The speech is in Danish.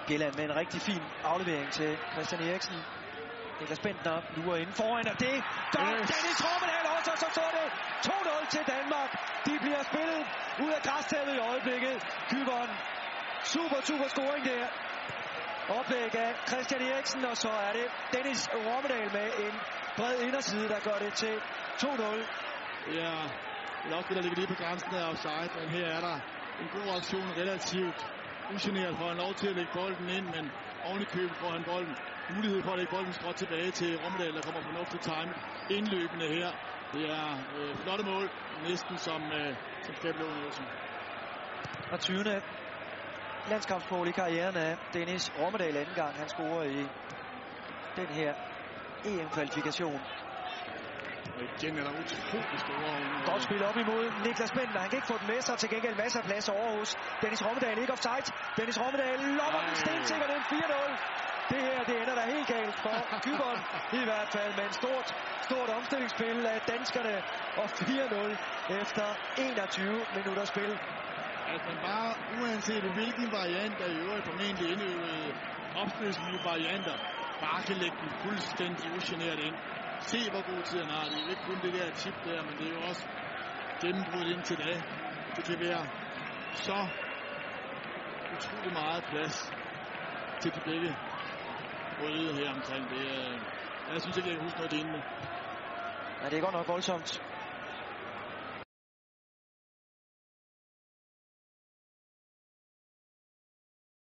Bjelland med en rigtig fin aflevering til Christian Eriksen. Niklas Bentner lurer inden foran, og det gør Dennis Rommedahl også, og så står det 2-0 til Danmark. De bliver spillet ud af græstæppet i øjeblikket. Kyberen. Super scoring der. Oplæg af Christian Eriksen, og så er det Dennis Rommedahl med en bred inderside, der gør det til 2-0. Ja, det er også det, der ligger lige på grænsen af offside, men her er der en god aktion, relativt ugeneret, får han lov til at lægge bolden ind, men oven i købet får han bolden. Mulighed for at lægge bolden skråt tilbage til Rommedahl, der kommer fornuftigt time indløbende her. Det er flotte mål, næsten som Fabio Nielsen. Og 20. landskampsmål i karrieren af Dennis Rommedahl anden gang. Han scorer i den her EM-kvalifikation. Og igen er der utrolig store. Godt spil op imod Niklas Bentner. Han kan ikke få den med sig. Til gengæld masser af plads over hos Dennis Rommedahl. Ikke offside. Dennis Rommedahl lopper den stensikkert ind 4-0. Det her, det ender da helt galt for Kyberen i hvert fald. Med en stort omstillingsspil af danskerne. Og 4-0 efter 21 minutter spil. At man bare, uanset hvilken variant der i øvrigt formentlig indøvede opspilslige varianter, bare kan lægge den fuldstændig ugeneret ind. Se, hvor god tid han har. Det er jo ikke kun det der tip der, men det er jo også gennembruddet indtil da. Det kan være så utrolig meget plads til de begge røde her omkring det. Jeg synes ikke, jeg kan huske noget lignende. Ja, det er godt nok voldsomt.